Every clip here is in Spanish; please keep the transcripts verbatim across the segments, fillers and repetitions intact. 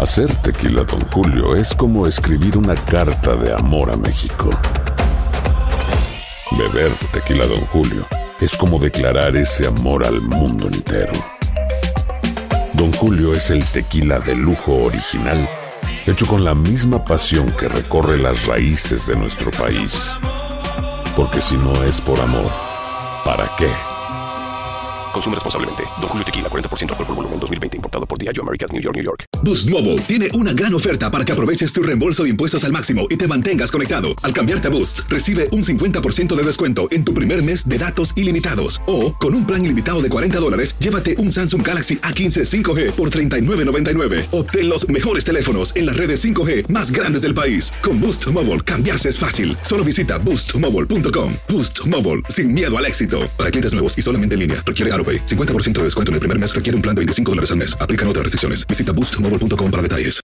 Hacer tequila Don Julio es como escribir una carta de amor a México. Beber tequila Don Julio es como declarar ese amor al mundo entero. Don Julio es el tequila de lujo original, hecho con la misma pasión que recorre las raíces de nuestro país. Porque si no es por amor, ¿para qué? Consume responsablemente. Don Julio Tequila, cuarenta por ciento alcohol por volumen, dos mil veinte, importado por Diageo Americas, New York, New York. Boost Mobile tiene una gran oferta para que aproveches tu reembolso de impuestos al máximo y te mantengas conectado. Al cambiarte a Boost, recibe un cincuenta por ciento de descuento en tu primer mes de datos ilimitados. O, con un plan ilimitado de cuarenta dólares, llévate un Samsung Galaxy A quince cinco G por treinta y nueve noventa y nueve. Obtén los mejores teléfonos en las redes cinco G más grandes del país. Con Boost Mobile, cambiarse es fácil. Solo visita boost mobile punto com. Boost Mobile, sin miedo al éxito. Para clientes nuevos y solamente en línea, requiere AutoPay. cincuenta por ciento de descuento en el primer mes, requiere un plan de veinticinco dólares al mes. Aplican otras restricciones. Visita boost mobile punto com para detalles.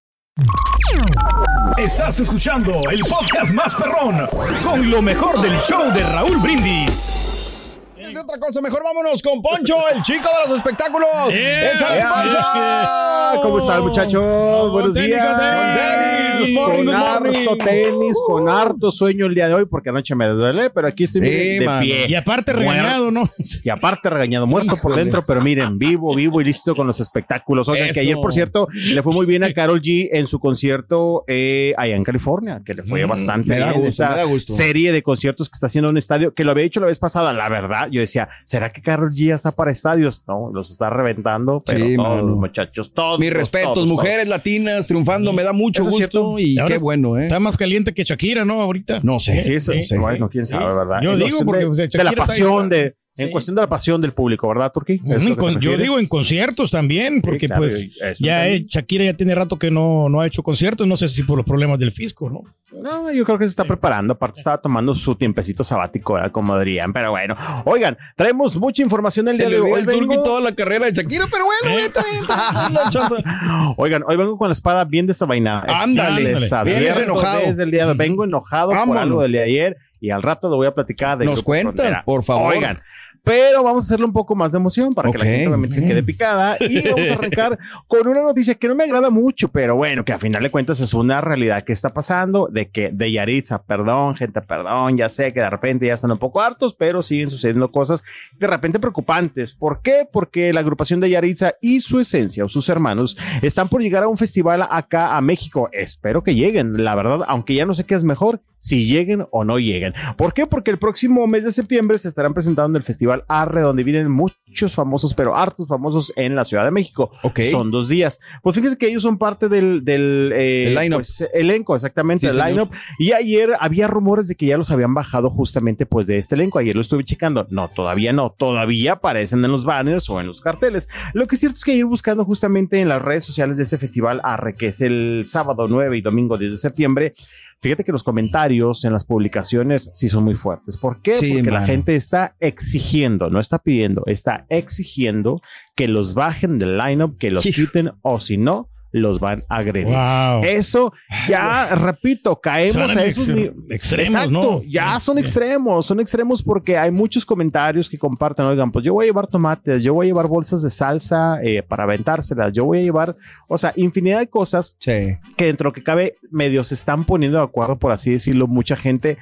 Estás escuchando el podcast más perrón con lo mejor del show de Raúl Brindis. Es otra cosa, mejor vámonos con Poncho, el chico de los espectáculos. Yeah, ¡Échale, yeah, Poncho! yeah. ¿Cómo están, muchachos? Oh, Buenos tenis, días. tenis. Con Good morning. harto tenis, con harto sueño el día de hoy, porque anoche me duele, pero aquí estoy Sí, miren, de mano. pie. Y aparte regañado, ¿no? Y aparte regañado, muerto por dentro, pero miren, vivo, vivo y listo con los espectáculos. Oigan, que Eso. ayer, por cierto, le fue muy bien a Karol G en su concierto eh, allá en California, que le fue Mm, bastante me da bien. gusto, Esta me da gusto. serie de conciertos que está haciendo en un estadio, que lo había dicho la vez pasada, la verdad, yo decía, ¿será que Karol G ya está para estadios? No, los está reventando, pero Sí, todos mano. los muchachos, todos. Mis respetos, mujeres latinas triunfando, me da mucho Eso es gusto cierto. y Ahora qué bueno, ¿eh? Está más caliente que Shakira, ¿no? Ahorita. No sé. Sí, eso, no sé. bueno, quién sabe, ¿verdad? Yo En digo cuestión porque, de, o sea, de la Shakira está pasión ahí, de, sí. en cuestión de la pasión del público, ¿verdad, Turquí? En- en con- yo digo en conciertos también, porque claro, pues eso ya también. eh, Shakira ya tiene rato que no, no ha hecho conciertos, no sé si por los problemas del fisco, ¿no? No, yo creo que se está preparando, aparte estaba tomando su tiempecito sabático, ¿verdad? Como dirían, pero bueno. Oigan, traemos mucha información el Se día le de hoy. olvida el Turqui Vengo- toda la carrera de Shakira, pero bueno, ¿Eh? güey, está bien, está bien, la chance. Oigan, hoy vengo con la espada bien desenvainada. Ándale, Les vienes advierto enojado. desde el día de hoy. Vengo enojado por Vámonos. algo del día de ayer y al rato lo voy a platicar de Nos Grupo cuentas, Frontera. por favor. Oigan, pero vamos a hacerle un poco más de emoción para que la Ok, gente obviamente se bien. quede picada y vamos a arrancar con una noticia que no me agrada mucho, pero bueno, que a final de cuentas es una realidad que está pasando, de que de Yaritza, perdón, gente, perdón, ya sé que de repente ya están un poco hartos, pero siguen sucediendo cosas de repente preocupantes. ¿Por qué? Porque la agrupación de Yaritza y su esencia o sus hermanos están por llegar a un festival acá a México. Espero que lleguen, la verdad, aunque ya no sé qué es mejor, si lleguen o no lleguen. ¿Por qué? Porque el próximo mes de septiembre se estarán presentando en el Festival Arre, donde vienen muchos famosos, pero hartos famosos en la Ciudad de México. Ok. Son dos días. Pues fíjense que ellos son parte del, del eh, El line-up. pues, elenco, exactamente, Sí, el señor. line-up. Y ayer había rumores de que ya los habían bajado justamente pues de este elenco. Ayer lo estuve checando. No, todavía no. Todavía aparecen en los banners o en los carteles. Lo que es cierto es que ayer buscando justamente en las redes sociales de este Festival Arre, que es el sábado nueve y domingo diez de septiembre, fíjate que los comentarios en las publicaciones sí son muy fuertes. ¿Por qué? Sí, Porque la mano. gente está exigiendo, no está pidiendo, está exigiendo que los bajen del lineup, que los Sí. quiten o si no, los van a agredir. Wow. Eso ya, repito, caemos Suenan a esos ex- ni- extremos, Exacto, ¿no? ya son extremos, son extremos porque hay muchos comentarios que comparten, oigan, pues yo voy a llevar tomates, yo voy a llevar bolsas de salsa eh, para aventárselas, yo voy a llevar, o sea, infinidad de cosas Sí. que dentro de lo que cabe medio se están poniendo de acuerdo, por así decirlo, mucha gente.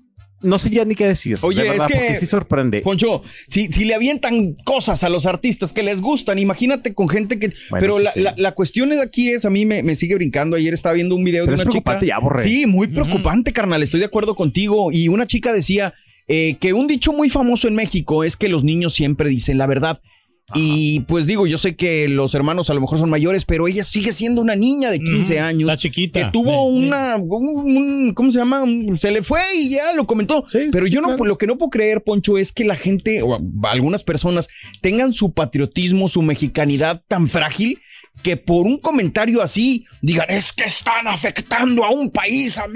No sé ya ni qué decir. Oye, de verdad, es que- porque sí sorprende. Poncho, si, si le avientan cosas a los artistas que les gustan, imagínate con gente que... Bueno, pero eso la, sí. la, la cuestión de aquí es, a mí me, me sigue brincando. Ayer estaba viendo un video Pero de es una chica... preocupante ya, Borre. Sí, muy preocupante, carnal. Estoy de acuerdo contigo. Y una chica decía eh, que un dicho muy famoso en México es que los niños siempre dicen la verdad. Y pues digo, yo sé que los hermanos a lo mejor son mayores, pero ella sigue siendo una niña de quince años. La chiquita. Que tuvo Eh, una, un, un- ¿cómo se llama? Un- se le fue y ya lo comentó. Sí, pero sí, yo no, claro. lo que no puedo creer, Poncho, es que la gente, o algunas personas, tengan su patriotismo, su mexicanidad tan frágil que por un comentario así digan, es que están afectando a un país, a México.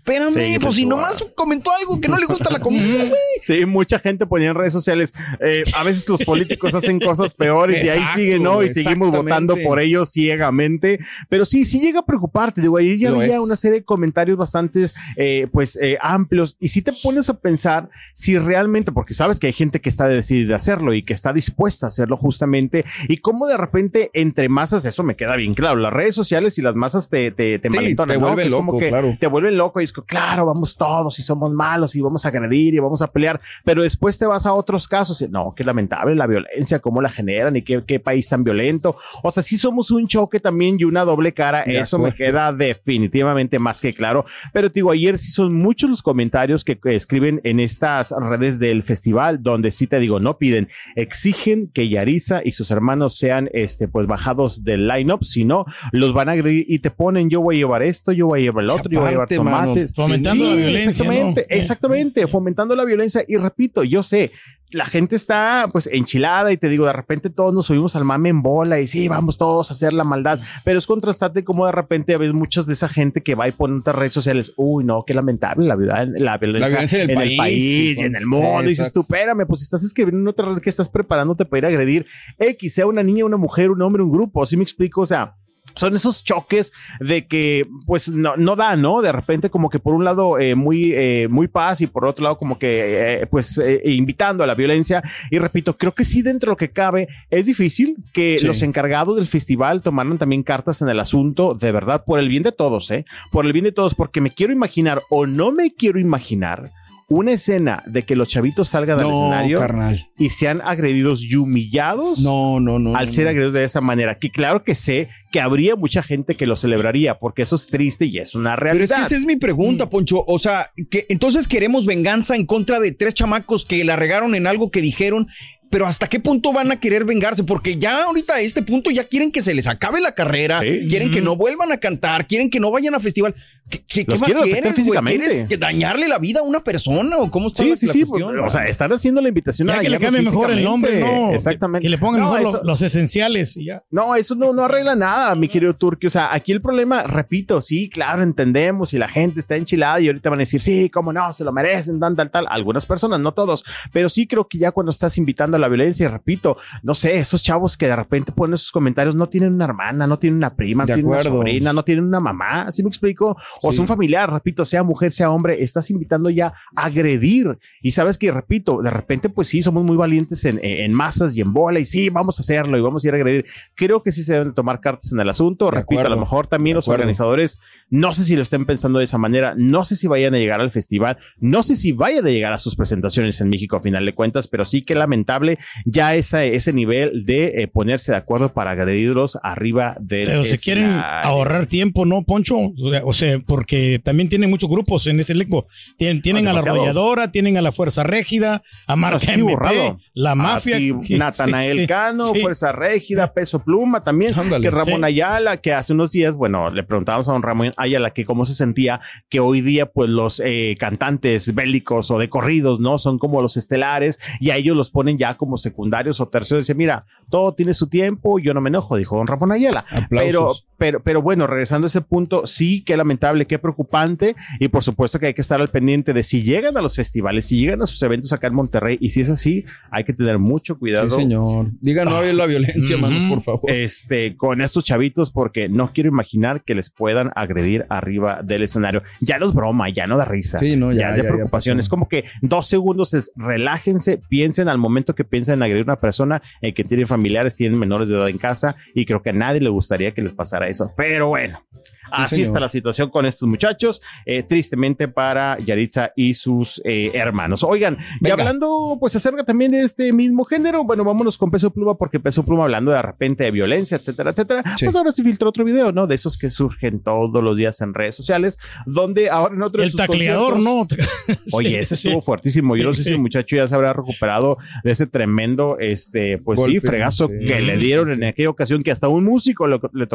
espérame, Sí, pues si tú, nomás comentó algo que no le gusta la comida, güey. Sí, mucha gente ponía en redes sociales. Eh, a veces los políticos hacen cosas peores y ahí Exacto, siguen, ¿no? Y seguimos votando por ellos ciegamente. Pero sí, sí llega a preocuparte. Digo, ayer ya Lo había es. una serie de comentarios bastante, eh, pues, eh, amplios. Y si te pones a pensar si realmente, porque sabes que hay gente que está decidida a hacerlo y que está dispuesta a hacerlo justamente. Y cómo de repente entre masas, eso me queda bien claro. Las redes sociales y las masas te, te, te Sí, malentonan, te ¿no? vuelven Que es como loco, que claro. te vuelven loco y es que, claro, vamos todos y somos malos y vamos a agredir y vamos a pelear, pero después te vas a otros casos y no, qué lamentable la violencia, cómo la generan y qué, qué país tan violento. O sea, sí somos un choque también y una doble cara, De eso acuerdo. me queda definitivamente más que claro, pero te digo, ayer sí son muchos los comentarios que, que escriben en estas redes del festival, donde sí te digo, no piden, exigen que Yaritza y sus hermanos sean este, pues bajados del line-up, si no, los van a agredir y te ponen, yo voy a llevar esto, yo voy a llevar el otro, yo voy a llevar Aparte, mano, tomates. fomentando Sí, la violencia, exactamente, ¿no? exactamente, fomentando la violencia. Y repito, yo sé, la gente está pues enchilada y te digo, de repente todos nos subimos al mame en bola y sí, vamos todos a hacer la maldad, pero es contrastante como de repente ves muchas de esa gente que va y pone en otras redes sociales, uy, no, qué lamentable la, vida, la violencia, La violencia en el en país, el país sí, y en el mundo. sí, Y dices exacto. tú, espérame, pues si estás escribiendo en otra red que estás preparándote para ir a agredir X, sea una niña, una mujer, un hombre, un grupo, ¿sí me explico? O sea, son esos choques de que pues no, no da, ¿no? De repente como que por un lado eh, muy, eh, muy paz y por otro lado como que eh, pues eh, invitando a la violencia. Y repito, creo que sí dentro de lo que cabe es difícil que Sí. los encargados del festival tomaran también cartas en el asunto, de verdad, por el bien de todos, ¿eh? Por el bien de todos, porque me quiero imaginar o no me quiero imaginar una escena de que los chavitos salgan al No, escenario carnal. y sean agredidos y humillados No, no, no. al no, ser no. agredidos de esa manera, que claro que sé que habría mucha gente que lo celebraría porque eso es triste y es una Pero es realidad. que esa es mi pregunta, Mm. Poncho. O sea, que entonces queremos venganza en contra de tres chamacos que la regaron en algo que dijeron. Pero ¿hasta qué punto van a querer vengarse? Porque ya ahorita a este punto ya quieren que se les acabe la carrera, Sí. quieren que no vuelvan a cantar, quieren que no vayan a festival. ¿Qué, qué, qué Los más quieren afectar quieres, güey? físicamente. ¿Quieres que dañarle la vida a una persona o cómo está Sí, la, sí, la sí. cuestión? pues, o sea, están haciendo la invitación Ya a que le dañarlos cambie mejor el nombre, físicamente. no. Exactamente. Que le pongan No, mejor eso- lo- los esenciales y ya. No, eso no, no arregla nada, mi querido Turki. O sea, aquí el problema, repito, sí, claro, entendemos y la gente está enchilada y ahorita van a decir, sí, cómo no, se lo merecen, tal, tal, tal. Algunas personas, no todos, pero sí creo que ya cuando estás invitando a la violencia, y repito, no sé, esos chavos que de repente ponen esos comentarios no tienen una hermana, no tienen una prima, no De tienen acuerdo. una sobrina, no tienen una mamá, ¿sí me explico? O Sí. son familiar, repito, sea mujer, sea hombre, estás invitando ya a agredir. Y sabes que, repito, de repente, pues sí, somos muy valientes en, en masas y en bola y sí, vamos a hacerlo y vamos a ir a agredir. Creo que sí se deben tomar cartas en el asunto. De Repito, acuerdo. a lo mejor también De los acuerdo. organizadores, no sé si lo estén pensando de esa manera, no sé si vayan a llegar al festival, no sé si vayan a llegar a sus presentaciones en México a final de cuentas, pero sí que lamentable ya esa, ese nivel de eh, ponerse de acuerdo para agredirlos arriba del Pero se quieren escenario. ahorrar tiempo, ¿no, Poncho? O sea, porque también tienen muchos grupos en ese elenco. Tienen, tienen Ah, a la demasiados. Arrolladora, tienen a la Fuerza Régida, a Marca Estoy M P, borrado. la Mafia. Aquí, que- Natanael sí, sí, Cano, sí. Fuerza Régida, Peso Pluma también, Ándale. que Ramón Sí. Ayala, que hace unos días, bueno, le preguntábamos a don Ramón Ayala que cómo se sentía que hoy día pues los eh, cantantes bélicos o de corridos, ¿no? Son como los estelares y a ellos los ponen ya como secundarios o terceros. Dice, mira, todo tiene su tiempo, yo no me enojo, dijo don Ramón Ayala. Aplausos. Pero, pero, pero bueno, regresando a ese punto, sí, qué lamentable, qué preocupante y por supuesto que hay que estar al pendiente de si llegan a los festivales, si llegan a sus eventos acá en Monterrey y si es así, hay que tener mucho cuidado. Sí, señor. Diga no a la violencia, Ujú. mano, por favor. Este, con estos chavitos, porque no quiero imaginar que les puedan agredir arriba del escenario. Ya no es broma, ya no da risa. Sí, no, ya, es de ya, ya preocupación. pasó. Es como que dos segundos es relájense, piensen al momento que piensan en agredir a una persona en que tienen familiares, tienen menores de edad en casa y creo que a nadie le gustaría que les pasara eso. Pero bueno, así señor. está la situación con estos muchachos. Eh, tristemente para Yaritza y sus eh, hermanos. Oigan, y Venga. hablando pues acerca también de este mismo género, bueno, vámonos con Peso Pluma porque Peso Pluma hablando de repente de violencia, etcétera, etcétera. Sí. Pues ahora sí filtró otro video, ¿no? De esos que surgen todos los días en redes sociales, donde ahora en otro de El sus tacleador, conciertos- ¿no? Oye, ese Sí, estuvo fuertísimo. Yo no sé si Sí. el muchacho ya se habrá recuperado de ese tremendo, este, pues sí, Golpe, fregazo sí, que le dieron sí, en sí. aquella ocasión que hasta un músico lo- le tocó también.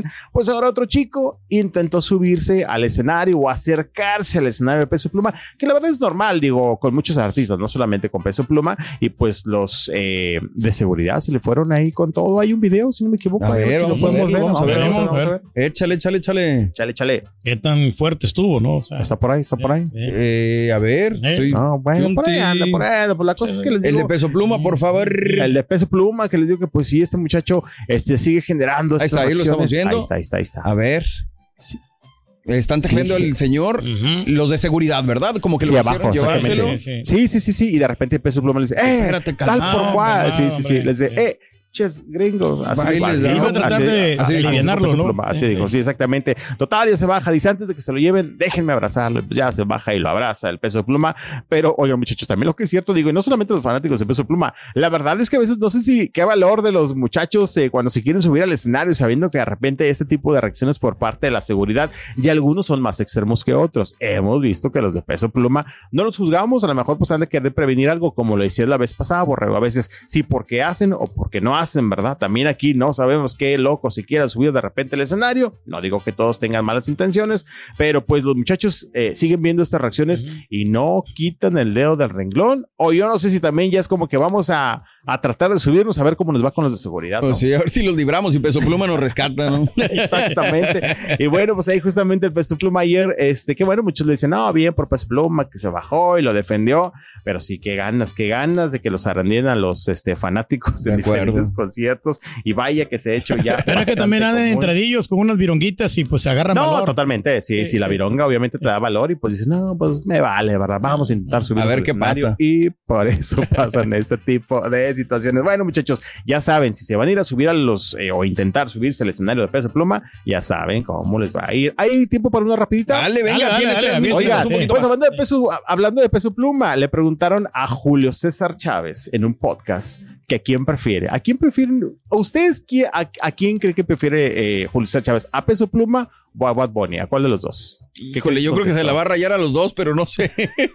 bien, pues ahora otro chico intentó subirse al escenario o acercarse al escenario de Peso Pluma, que la verdad es normal, digo, con muchos artistas, no solamente con Peso Pluma, y pues los eh, de seguridad se le fueron ahí con todo. Hay un video, si no me equivoco. A ver, si vamos, lo podemos a ver, ver, vamos a ver, vamos a ver. Échale, échale, échale. Chale, chale. Qué tan fuerte estuvo, ¿no? O sea, Está por ahí, está por ahí. eh, Eh, a ver. Eh. estoy- No, bueno, por ahí anda, por ahí anda. Pues la cosa es que les El digo, de Peso Pluma, por favor. el de Peso Pluma, que les digo que pues sí, este muchacho este, sigue generando Ahí estas está, ahí lo estamos reacciones. viendo. Ahí está, ahí está, ahí está. A ver. Sí. Están tecleando Sí. al señor, Ujú. los de seguridad, ¿verdad? Como que Sí, lo abajo, hicieron llevárselo. exactamente. Sí, sí. Sí, sí, sí, sí. Y de repente Peso Pluma les dice, eh, Espérate, tal calmado, por cual. Sí, calmado, sí, sí. hombre. Les dice, Sí. eh, ches gringos. Así, Va y les así, da. así, Iba a tratar así, de así dijo alivianarlo, Peso ¿no? Pluma, así Sí. dijo, sí, exactamente. Total, ya se baja. Dice, antes de que se lo lleven, déjenme abrazarlo. Pues ya se baja y lo abraza el Peso Pluma. Pero, oigan, muchachos, también lo que es cierto, digo, y no solamente los fanáticos de Peso Pluma, la verdad es que a veces no sé si qué valor de los muchachos eh, cuando se quieren subir al escenario, sabiendo que de repente este tipo de reacciones por parte de la seguridad, y algunos son más extremos que otros. Hemos visto que los de Peso Pluma no los juzgamos, a lo mejor pues han de querer prevenir algo, como lo decías la vez pasada, Borrego. A veces sí porque hacen o porque no hacen, ¿verdad? También aquí no sabemos qué loco si quieran subir de repente al escenario. No digo que todos tengan malas intenciones, pero pues los muchachos eh, siguen viendo estas reacciones uh-huh. y no quitan el dedo del renglón. O yo no sé si también ya es como que vamos a, a tratar de subirnos a ver cómo nos va con los de seguridad, ¿no? Pues sí, a ver si los libramos y Peso Pluma nos rescata, ¿no? Exactamente. Y bueno, pues ahí justamente el Peso Pluma ayer, este, que bueno, muchos le dicen, no, bien por Peso Pluma, que se bajó y lo defendió, pero sí, qué ganas, qué ganas de que los arandien a los este, fanáticos de, de diferentes conciertos, y vaya que se ha hecho ya. Pero es que también andan entradillos con unas vironguitas y pues se agarran no, valor. No, totalmente, sí, sí, sí, la vironga obviamente te da valor y pues dices, no, pues me vale, ¿verdad? Vamos a intentar subir a ver qué pasa. Y por eso pasan este tipo de situaciones. Bueno, muchachos, ya saben, si se van a ir a subir a los, eh, o intentar subirse al escenario de Peso Pluma, ya saben cómo les va a ir. ¿Hay tiempo para una rapidita? Dale, venga, dale, tienes dale, tres dale, minutos. Oiga, un poquito pues más. hablando de, peso, hablando de Peso Pluma, le preguntaron a Julio César Chávez en un podcast que a quién prefiere. ¿A quién prefieren? ¿Ustedes a, a quién creen que prefiere eh, Julio César Chávez? ¿A Peso Pluma o a Bad Bunny? ¿A cuál de los dos? Híjole, yo creo que se la va a rayar a los dos, pero no sé.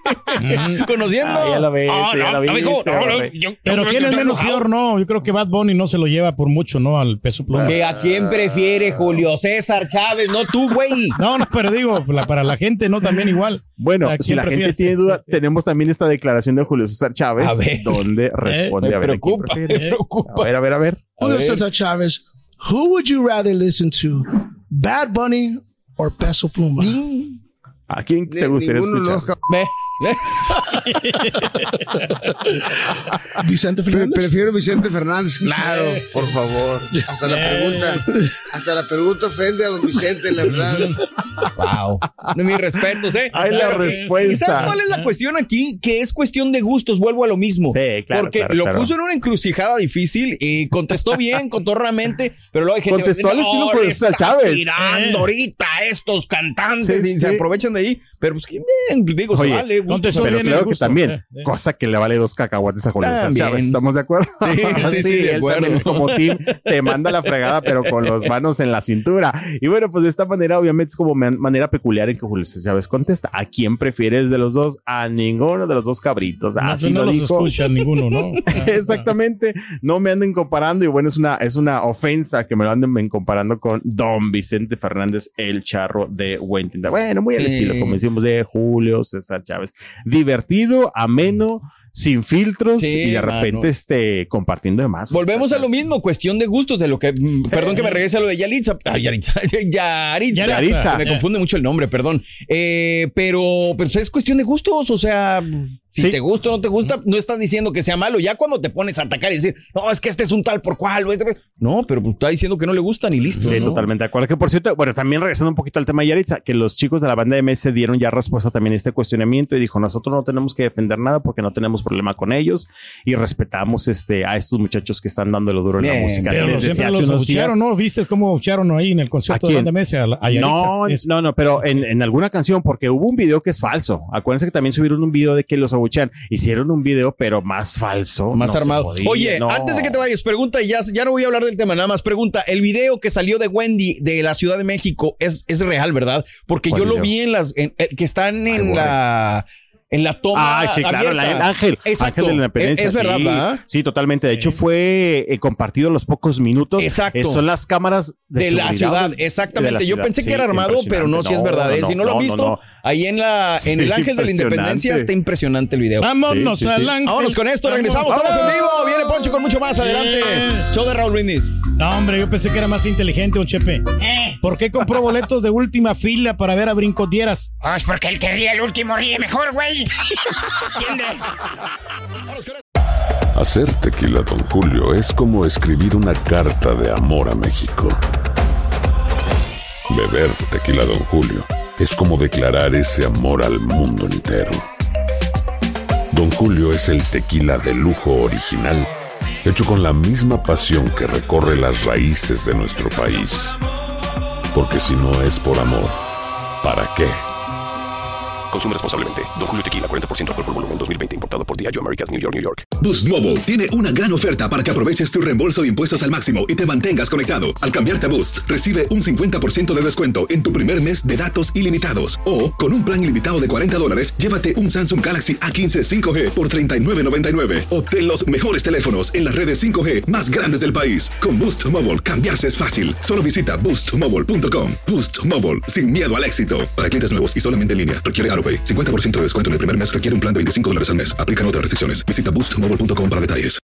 Conociendo. Ah, ya lo ves, oh, ya no, lo viste, amigo, no, no, yo, yo, pero ¿quién es menos peor? No, yo creo que Bad Bunny no se lo lleva por mucho, ¿no? Al Peso Pluma. ¿Que a quién prefiere Julio César Chávez? No tú, güey. No, no, pero digo, la, para la gente, ¿no? También igual. Bueno, o sea, si la gente tiene duda, sí, sí. tenemos también esta declaración de Julio César Chávez, a ver. donde responde eh, a ver. Me preocupa, me preocupa. A ver, a ver, a ver. Julio César Chávez, who would you rather listen to? Bad Bunny or Peso Pluma? ¿A quién te gustaría escuchar? ¿Ves? ¿Ves? Vicente Fernández. Pre prefiero Vicente Fernández, claro, por favor. Hasta la pregunta, hasta la pregunta ofende a don Vicente, la verdad. Wow. Mis respetos, ¿eh? Hay la claro, respuesta. ¿Y sabes cuál es la cuestión aquí? Que es cuestión de gustos, vuelvo a lo mismo. Sí, claro. Porque claro, lo claro. puso en una encrucijada difícil y contestó bien, contórramente, pero luego hay gente contestó al estilo Julio César Chávez. Tirando eh. ahorita a estos cantantes sí, y sí. se aprovechan de ahí, pero pues que bien, digo, Oye, se vale. Contestó pero bien creo el que también, eh, eh. cosa que le vale dos cacahuates a Julio César Chávez. ¿Estamos de acuerdo? Sí, sí, sí, sí de él acuerdo. también es como Tim, te manda la fregada, pero con las manos en la cintura. Y bueno, pues de esta manera, obviamente, es como man manera peculiar en que Julio César Chávez contesta. ¿A quién prefieres de los dos? A ninguno de los dos cabritos. No, Así no lo los dijo. escucha ninguno, ¿no? Exactamente. No me anden comparando. Y bueno, es una, es una ofensa que me lo anden comparando con don Vicente Fernández, el charro de Huentinda. Bueno, muy al sí. estilo, como decimos, de Julio César Chávez. Divertido, ameno, sin filtros sí, y de repente mano. este compartiendo de más. Volvemos a lo mismo, cuestión de gustos, de lo que, sí. perdón que me regrese a lo de Yalitza, ah, Yalitza, Yaritza, Yaritza. me confunde mucho el nombre, perdón, eh, pero, pero es cuestión de gustos, o sea, si sí. te gusta o no te gusta, no estás diciendo que sea malo, ya cuando te pones a atacar y decir, no, es que este es un tal por cual, o este... no, pero pues, está diciendo que no le gustan y listo. Sí, ¿no? Totalmente de acuerdo, que por cierto, bueno, también regresando un poquito al tema de Yaritza, que los chicos de la banda M S dieron ya respuesta también a este cuestionamiento y dijo, nosotros no tenemos que defender nada porque no tenemos problema con ellos y respetamos este, a estos muchachos que están dándolo duro bien, en la música. Pero siempre los abuchearon, ¿no? ¿Viste cómo abuchearon ahí en el concierto de Banda M S? A, a no, es... no, no, pero en, en alguna canción, porque hubo un video que es falso. Acuérdense que también subieron un video de que los abuchean. Hicieron un video, pero más falso. Más no armado. Oye, no. antes de que te vayas, pregunta, y ya, ya no voy a hablar del tema, nada más pregunta, el video que salió de Wendy de la Ciudad de México es, es real, ¿verdad? Porque yo video? lo vi en las, en, eh, que están en Ay, la... en la toma Ah, sí, claro, abierta. el ángel. Exacto. Ángel de la Independencia. Es, es verdad, sí, ¿verdad? Sí, totalmente. De hecho, fue eh, compartido los pocos minutos. Exacto. Eh, son las cámaras de, De la ciudad, de- exactamente. de la Yo ciudad. pensé Sí, que era armado, pero no, si es verdad. ¿eh? no, si no, lo han no, visto, no, no. ahí en la en el Sí, Ángel de la Independencia impresionante. está impresionante el video. Vámonos Sí, sí, sí. al ángel. Vámonos con esto, regresamos, Vámonos. estamos en vivo. Viene Poncho con mucho más adelante. Show de Raúl Brindis. No, hombre, yo pensé que era más inteligente, un Chepe. ¿Por qué compró boletos de última fila para ver a Brinco Dieras? Pues porque el que ríe el último ríe mejor, güey. ¿Entiende? Hacer tequila, Don Julio, es como escribir una carta de amor a México. Beber tequila, Don Julio, es como declarar ese amor al mundo entero. Don Julio es el tequila de lujo original, hecho con la misma pasión que recorre las raíces de nuestro país. Porque si no es por amor, ¿para qué? Consume responsablemente. Don Julio Tequila, cuarenta por ciento alcohol por volumen, dos mil veinte. Importado por Diageo Americas, New York, New York. Boost Mobile tiene una gran oferta para que aproveches tu reembolso de impuestos al máximo y te mantengas conectado. Al cambiarte a Boost, recibe un cincuenta por ciento de descuento en tu primer mes de datos ilimitados. O, con un plan ilimitado de cuarenta dólares, llévate un Samsung Galaxy A quince cinco G por treinta y nueve noventa y nueve. Obtén los mejores teléfonos en las redes cinco G más grandes del país. Con Boost Mobile, cambiarse es fácil. Solo visita boost mobile punto com. Boost Mobile, sin miedo al éxito. Para clientes nuevos y solamente en línea, requiere AroPay. cincuenta por ciento de descuento en el primer mes requiere un plan de veinticinco dólares al mes. Aplican otras restricciones. Visita boost mobile punto com para detalles.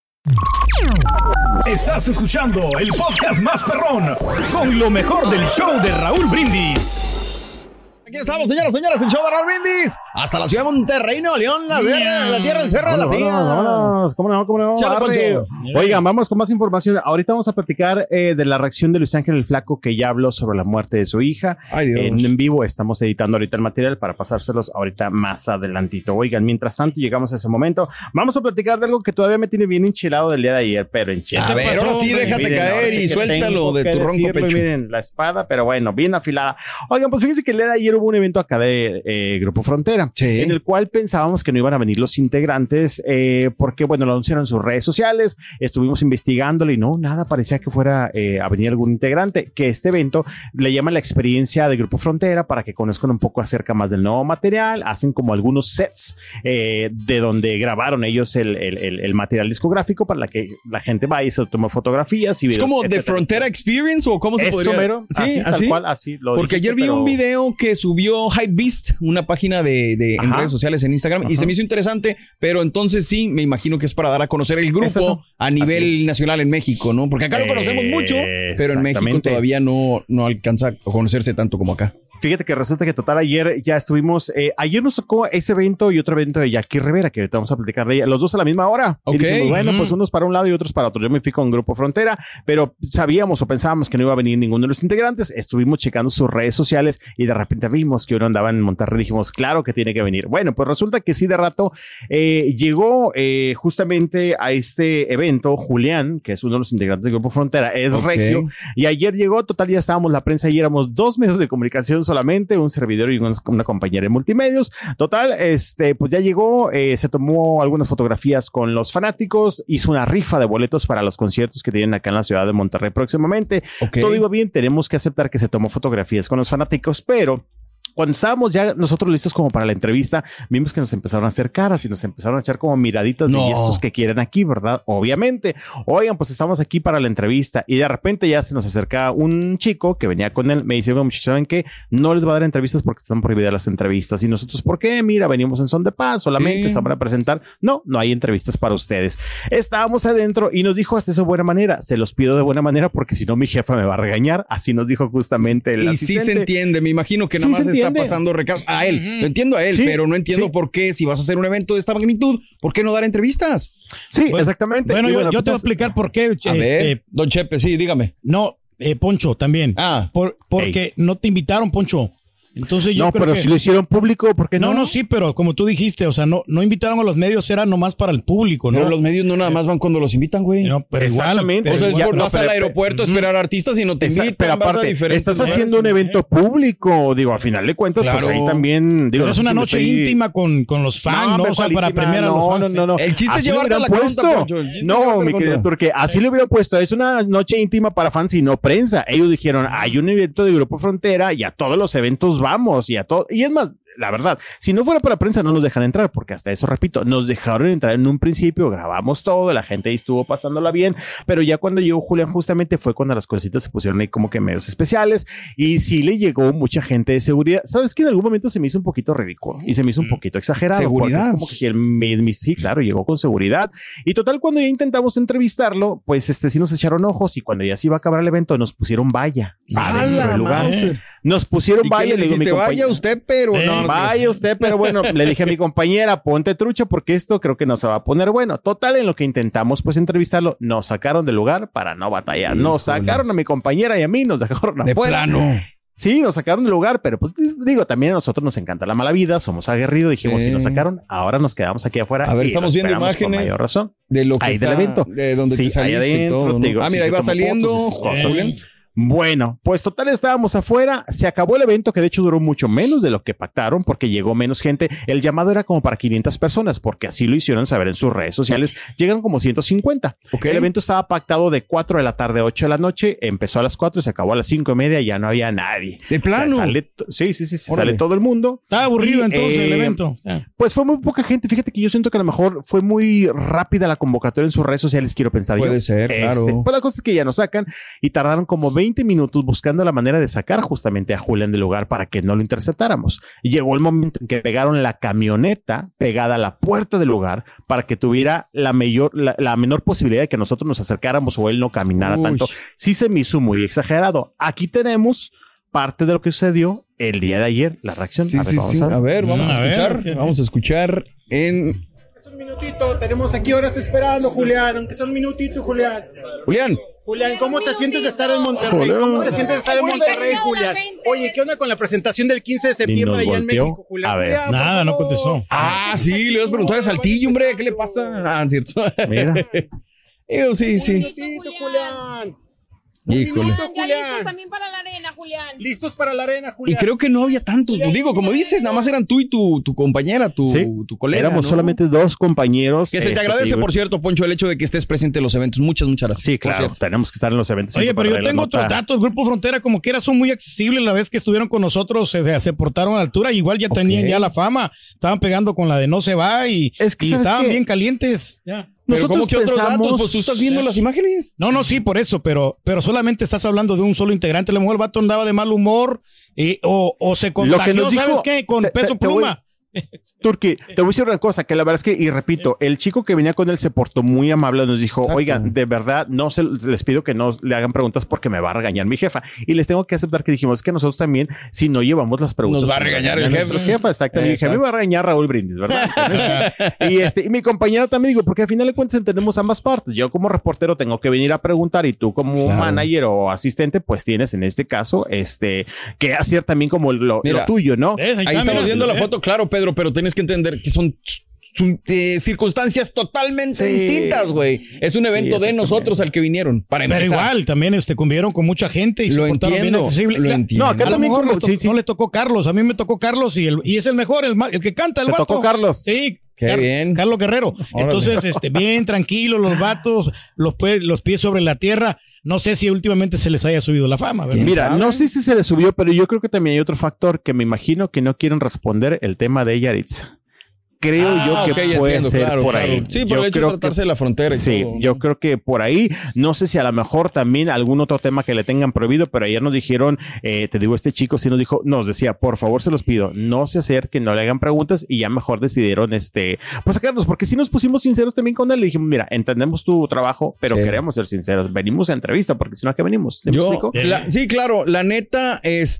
Estás escuchando el podcast más perrón con lo mejor del show de Raúl Brindis. Aquí estamos, señoras, señores, el show de Raúl Brindis. Hasta la ciudad de Monterrey, Nuevo León, la, tierra, la tierra del cerro de la Vámonos, silla. vámonos, cómo no, cómo no. Chale, Arre. Poncho. Oigan, vamos con más información. Ahorita vamos a platicar eh, de la reacción de Luis Ángel el Flaco, que ya habló sobre la muerte de su hija. Ay, Dios. En, en vivo estamos editando ahorita el material para pasárselos ahorita más adelantito. Oigan, mientras tanto llegamos a ese momento, vamos a platicar de algo que todavía me tiene bien enchilado del día de ayer, pero enchilado. A ver, ahora sí, déjate Miren, ahora caer sí y que suéltalo tengo de que tu ronco decirlo, pecho. Miren, la espada, pero bueno, bien afilada. Oigan, pues fíjense que el día de ayer hubo un evento acá de eh, Grupo Frontera, Sí. en el cual pensábamos que no iban a venir los integrantes, eh, porque bueno, lo anunciaron en sus redes sociales, estuvimos investigándole y no, nada parecía que fuera eh, a venir algún integrante, que este evento le llaman la experiencia de Grupo Frontera para que conozcan un poco acerca más del nuevo material, hacen como algunos sets eh, de donde grabaron ellos el, el, el, el material discográfico para la que la gente va y se toma fotografías y ¿Es videos, como The etcétera. Frontera Experience o cómo se Eso podría? mero, Sí, así, así. tal cual, así lo Porque dijiste, ayer vi pero- un video que subió Hypebeast, una página de, de en Ajá. redes sociales en Instagram, y Ajá. se me hizo interesante, pero entonces sí, me imagino que es para dar a conocer el grupo Eso es. a Así nivel es. nacional en México, ¿no? Porque acá lo conocemos mucho, pero en México Exactamente. todavía no, no alcanza a conocerse tanto como acá. Fíjate que resulta que total ayer ya estuvimos, eh, ayer nos tocó ese evento y otro evento de Jackie Rivera, que ahorita vamos a platicar de ella, los dos a la misma hora. Ok. Y dijimos, bueno, Ujú. pues unos para un lado y otros para otro. Yo me fui con Grupo Frontera, pero sabíamos o pensábamos que no iba a venir ninguno de los integrantes. Estuvimos checando sus redes sociales y de repente vimos que uno andaba en Monterrey. Dijimos, claro que tiene que venir. Bueno, pues resulta que sí, de rato eh, llegó eh, justamente a este evento Julián, que es uno de los integrantes del Grupo Frontera, es Ok. regio. Y ayer llegó, total, ya estábamos la prensa y éramos dos medios de comunicación solamente, un servidor y una, una compañera de multimedios. Total, este, pues ya llegó, eh, se tomó algunas fotografías con los fanáticos, hizo una rifa de boletos para los conciertos que tienen acá en la ciudad de Monterrey próximamente. Ok. Todo iba bien, tenemos que aceptar que se tomó fotografías con los fanáticos, pero cuando estábamos ya nosotros listos como para la entrevista, vimos que nos empezaron a hacer caras y nos empezaron a echar como miraditas No. de "¿Y estos que quieren aquí", ¿verdad? Obviamente. Oigan, pues estamos aquí para la entrevista y de repente ya se nos acerca un chico que venía con él. Me dice, "Bueno, muchachos, ¿saben qué? No les va a dar entrevistas porque están prohibidas las entrevistas". Y nosotros, ¿por qué? Mira, venimos en son de paz, solamente Sí. están para presentar. No, no hay entrevistas para ustedes. Estábamos adentro y nos dijo hasta eso de buena manera. Se los pido de buena manera porque si no mi jefa me va a regañar. Así nos dijo justamente el Y sí se asistente. entiende, me imagino que Sí nada más se está entiende. pasando recado a él. Lo entiendo a él, Sí, pero no entiendo sí. por qué, si vas a hacer un evento de esta magnitud, ¿por qué no dar entrevistas? Sí, Bueno, exactamente. Bueno, Y yo, yo pues te voy a es- explicar por qué. A este, ver, don Chepe, sí, dígame. No, eh, Poncho también. Ah. Por, porque no te invitaron, Poncho. Entonces yo No, creo pero que... si lo hicieron público, ¿por qué no? No, no, sí, pero como tú dijiste, o sea, no, no invitaron a los medios, era nomás para el público, ¿no? Pero los medios no nada más van cuando los invitan, güey. No, pero igual. Exactamente. pero O sea, es igual- por, no, vas al pero- aeropuerto a esperar artistas y no te Exacto, invitan, pero vas a aparte, diferentes estás lugares. haciendo un evento público, digo, a final de cuentas, Claro. pues ahí también, digo, Pero no es sé una si me noche estoy- íntima con, con los fans, ¿no? hombre, O sea, ¿cuál para íntima? premiar a los no, fans. no, no, no. El chiste es Así lo llevarte a la hubieran conta, puesto. Poncho, el chiste es No, llevarte a la mi querido contra. Turque, así lo hubiera puesto. Es una noche íntima para fans y no prensa. Ellos dijeron, hay un evento de Grupo Frontera y a todos los eventos vamos y a todo. Y es más, la verdad, si no fuera para prensa no nos dejan entrar, porque hasta eso, repito, nos dejaron entrar en un principio, grabamos todo, la gente ahí estuvo pasándola bien, pero ya cuando llegó Julián justamente fue cuando las cositas se pusieron ahí como que medios especiales y sí le llegó mucha gente de seguridad. ¿Sabes que en algún momento se me hizo un poquito ridículo y se me hizo un poquito exagerado? Seguridad. Es como que si el mi, sí, claro, llegó con seguridad y total cuando ya intentamos entrevistarlo, pues este sí nos echaron ojos y cuando ya se iba a acabar el evento nos pusieron valla. ¡A la madre! Nos pusieron valla. Le dijiste, vaya usted, pero eh, no. Vaya usted, pero bueno, le dije a mi compañera, ponte trucha porque esto creo que no se va a poner bueno. Total, en lo que intentamos pues entrevistarlo, nos sacaron del lugar para no batallar. Nos sacaron a mi compañera y a mí, nos dejaron de afuera. Plano. Sí, nos sacaron del lugar, pero pues digo, también a nosotros nos encanta la mala vida, somos aguerridos, dijimos, sí. Si nos sacaron, ahora nos quedamos aquí afuera. A ver, estamos viendo imágenes con mayor razón. De lo que ahí está, del evento. De donde sí, te saliste adentro, y todo, ¿no? digo, ah, sí, mira, ahí va saliendo. Fotos, bueno, pues total estábamos afuera, se acabó el evento que de hecho duró mucho menos de lo que pactaron porque llegó menos gente. El llamado era como para quinientas personas porque así lo hicieron saber en sus redes sociales. Llegaron como ciento cincuenta. Okay. El evento estaba pactado de cuatro de la tarde a ocho de la noche, empezó a las cuatro, se acabó a las cinco y media y ya no había nadie. ¿De plano? O sea, sale, sí, sí, sí, sale todo el mundo. Estaba aburrido y, entonces eh, el evento. Pues fue muy poca gente. Fíjate que yo siento que a lo mejor fue muy rápida la convocatoria en sus redes sociales, quiero pensar. Puede yo. ser, este, claro. Pues la cosa es que ya nos sacan y tardaron como veinte minutos buscando buscando la manera de sacar justamente a Julián del lugar para que no lo interceptáramos. Y llegó el momento en que pegaron la camioneta pegada a la puerta del lugar para que tuviera la mayor, la, la menor posibilidad de que nosotros nos acercáramos o él no caminara Uy. tanto. Sí se me hizo muy exagerado. Aquí tenemos parte de lo que sucedió el día de ayer, la reacción. Sí, a, ver, sí, vamos sí. a, ver. a ver, vamos a, a escuchar. Ver. Vamos a escuchar en... Es un minutito, tenemos aquí horas esperando, Julián, aunque sea un minutito, Julián. Julián. Julián, ¿cómo te sientes de estar en Monterrey? ¿Cómo te sientes de estar en Monterrey, Julián? Oye, ¿qué onda con la presentación del quince de septiembre allá en México, Julián? A ver. Julián, nada, no contestó. Ah, sí, le vas a preguntar a Saltillo, hombre, ¿qué le pasa? Ah, cierto. Mira. Yo, sí, sí. Un minutito, Julián. Híjole. Ya, ya listos también para la arena, Julián. Listos para la arena, Julián. Y creo que no había tantos. Julián, Digo, como dices, nada más eran tú y tu, tu compañera, tu, sí, tu colega. Éramos ¿no? solamente dos compañeros. Que se te agradece, digo. Por cierto, Poncho, el hecho de que estés presente en los eventos. Muchas, muchas gracias. Sí, claro. Tenemos que estar en los eventos. Oye, pero yo tengo otros datos. Grupo Frontera, como quiera, son muy accesibles. La vez que estuvieron con nosotros, se, se portaron a altura. Igual ya okay. tenían ya la fama. Estaban pegando con la de No Se Va y, es que, y estaban qué? bien calientes. Ya. Pero ¿cómo que otros datos? Pues tú estás viendo las imágenes. No, no, sí, por eso, pero, pero solamente estás hablando de un solo integrante. A lo mejor el vato andaba de mal humor eh, o, o se contagió, ¿sabes dijo, qué? Con te, peso te, te pluma. Voy, Turki, te voy a decir una cosa, que la verdad es que, y repito, el chico que venía con él se portó muy amable, nos dijo, Exacto. oigan, de verdad, no se, les pido que no le hagan preguntas porque me va a regañar mi jefa. Y les tengo que aceptar que dijimos, es que nosotros también, si no llevamos las preguntas... Nos va a regañar el jefe. Jefa, exactamente. Exacto. Me va a regañar Raúl Brindis, ¿verdad? y, este, y mi compañera también digo, porque al final de cuentas entendemos ambas partes. Yo como reportero tengo que venir a preguntar y tú como claro. manager o asistente, pues tienes en este caso, este, que hacer también como lo, Mira, lo tuyo, ¿no? Ahí, ahí estamos mira, viendo la foto, claro, Pedro, pero tienes que entender que son eh, circunstancias totalmente sí. distintas, güey. Es un evento sí, de nosotros al que vinieron. Para Pero empezar. igual, también este, convivieron con mucha gente y lo se portaron entiendo, bien accesible. Lo entiendo. No, acá a también lo mejor como, to- sí, sí. no le tocó Carlos. A mí me tocó Carlos y, el, y es el mejor, el, el que canta el ¿Te vato. tocó Carlos? Sí. Qué Car- bien. Carlos Guerrero. Órale. Entonces, este, bien tranquilo, los vatos, los, pe- los pies sobre la tierra. No sé si últimamente se les haya subido la fama, ¿verdad? Mira, no sé si se les subió, pero yo creo que también hay otro factor que me imagino que no quieren responder, el tema de Yaritza. Creo ah, yo que okay, puede entiendo, ser claro, por claro. ahí. Sí, por yo el hecho de tratarse que, de la frontera y sí, todo. yo creo que por ahí, no sé si a lo mejor también algún otro tema que le tengan prohibido, pero ayer nos dijeron, eh, te digo, este chico sí nos dijo, nos decía, por favor se los pido, no se acerquen, no le hagan preguntas y ya mejor decidieron, este, pues sacarnos, porque si nos pusimos sinceros también con él, le dijimos, mira, entendemos tu trabajo, pero sí. queremos ser sinceros, venimos a entrevista, porque si no, ¿a qué venimos? ¿Sí, yo, me explico? La, sí, claro, la neta,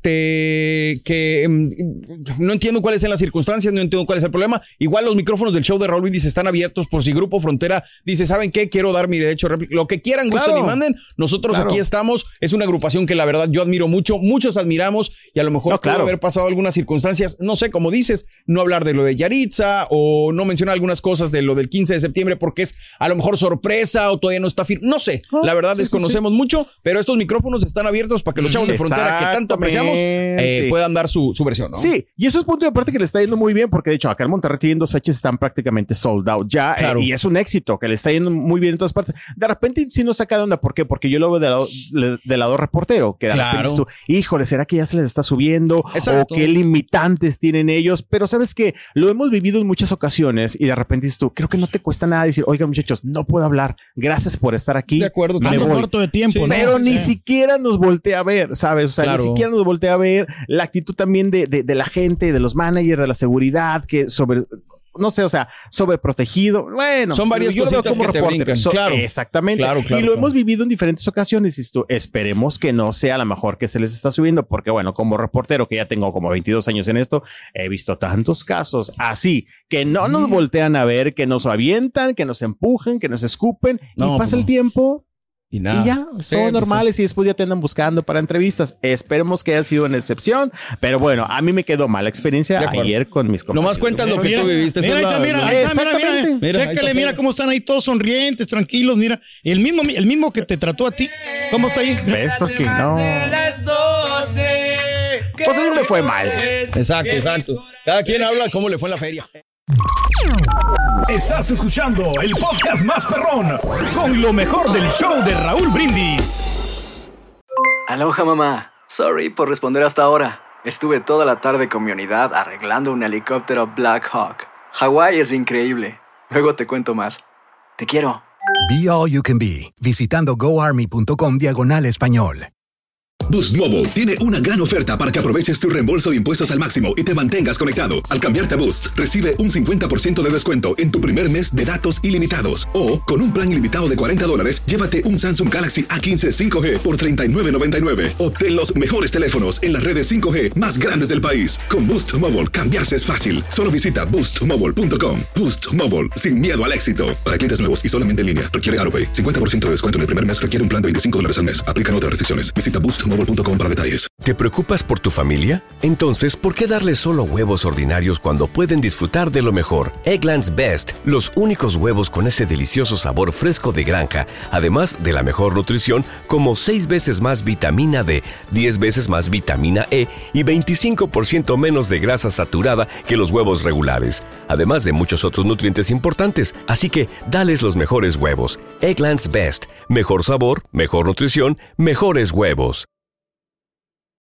este, que um, no entiendo cuáles son las circunstancias, no entiendo cuál es el problema, igual los micrófonos del show de Raúl Brindis están abiertos por si Grupo Frontera dice, ¿saben qué? Quiero dar mi derecho a réplica. Lo que quieran, gusten claro. y manden. Nosotros claro. aquí estamos. Es una agrupación que la verdad yo admiro mucho. Muchos admiramos y a lo mejor no, puede claro. haber pasado algunas circunstancias. No sé, como dices, no hablar de lo de Yaritza o no mencionar algunas cosas de lo del quince de septiembre porque es a lo mejor sorpresa o todavía no está firme. No sé. Oh, la verdad sí, desconocemos sí, sí. mucho, pero estos micrófonos están abiertos para que los chavos de Frontera que tanto apreciamos eh, puedan dar su, su versión, ¿no? Sí, y eso es punto de aparte que le está yendo muy bien porque de hecho acá en Monterrey siguen dos fechas, están prácticamente sold out ya. Claro. Eh, y es un éxito que le está yendo muy bien en todas partes. De repente sí nos saca de onda. ¿Por qué? Porque yo lo veo del lado, del lado reportero, que de Claro. repente tú, híjole, ¿será que ya se les está subiendo? Exacto. ¿O qué limitantes tienen ellos? Pero sabes que lo hemos vivido en muchas ocasiones y de repente dices tú, creo que no te cuesta nada decir, oigan muchachos, no puedo hablar. Gracias por estar aquí. De acuerdo. Me Ando voy. corto de tiempo, Sí, ¿no? Pero Sí, ni sí. siquiera nos voltea a ver, ¿sabes? O sea, Claro. ni siquiera nos voltea a ver la actitud también de, de, de la gente, de los managers, de la seguridad, que sobre, no sé, o sea, sobreprotegido. Bueno, Son varias yo lo veo cositas como que te reportero. brincan. So- Claro. Exactamente. Claro, claro, y lo claro. hemos vivido en diferentes ocasiones. Y esto, esperemos que no sea la mejor que se les está subiendo, porque bueno, como reportero, que ya tengo como veintidós años en esto, he visto tantos casos así, que no nos voltean a ver, que nos avientan, que nos empujan, que nos escupen, No, y pasa pues el no. tiempo. Y nada. Y ya, Sí, son pues, normales y después ya te andan buscando para entrevistas. Esperemos que haya sido una excepción, pero bueno, a mí me quedó mala experiencia De acuerdo. ayer con mis compañeros. Nomás cuentas lo que Mira, tú viviste. esa Mira, es ahí la- está, mira, la- ahí está, mira, mira, Exactamente. Mira, ahí Chécale, está. mira cómo están ahí todos sonrientes, tranquilos, mira. El mismo, el mismo que te trató a ti. ¿Cómo está ahí? Esto que no. Pues a mí me fue mal. Exacto, exacto. Cada quien habla cómo le fue en la feria. Estás escuchando el podcast más perrón con lo mejor del show de Raúl Brindis. Aloha, mamá. Sorry por responder hasta ahora. Estuve toda la tarde con mi unidad arreglando un helicóptero Black Hawk. Hawái es increíble. Luego te cuento más. Te quiero. Be All You Can Be, visitando goarmy.com diagonal español. Boost Mobile tiene una gran oferta para que aproveches tu reembolso de impuestos al máximo y te mantengas conectado. Al cambiarte a Boost, recibe un cincuenta por ciento de descuento en tu primer mes de datos ilimitados. O, con un plan ilimitado de cuarenta dólares, llévate un Samsung Galaxy A quince cinco G por treinta y nueve noventa y nueve. Obtén los mejores teléfonos en las redes cinco G más grandes del país. Con Boost Mobile, cambiarse es fácil. Solo visita boost mobile punto com. Boost Mobile, sin miedo al éxito. Para clientes nuevos y solamente en línea, requiere AroPay. cincuenta por ciento de descuento en el primer mes requiere un plan de veinticinco dólares al mes. Aplican otras restricciones. Visita boost mobile punto com para detalles. ¿Te preocupas por tu familia? Entonces, ¿por qué darles solo huevos ordinarios cuando pueden disfrutar de lo mejor? Eggland's Best, los únicos huevos con ese delicioso sabor fresco de granja, además de la mejor nutrición, como seis veces más vitamina D, diez veces más vitamina E y veinticinco por ciento menos de grasa saturada que los huevos regulares, además de muchos otros nutrientes importantes. Así que, dales los mejores huevos. Eggland's Best, mejor sabor, mejor nutrición, mejores huevos.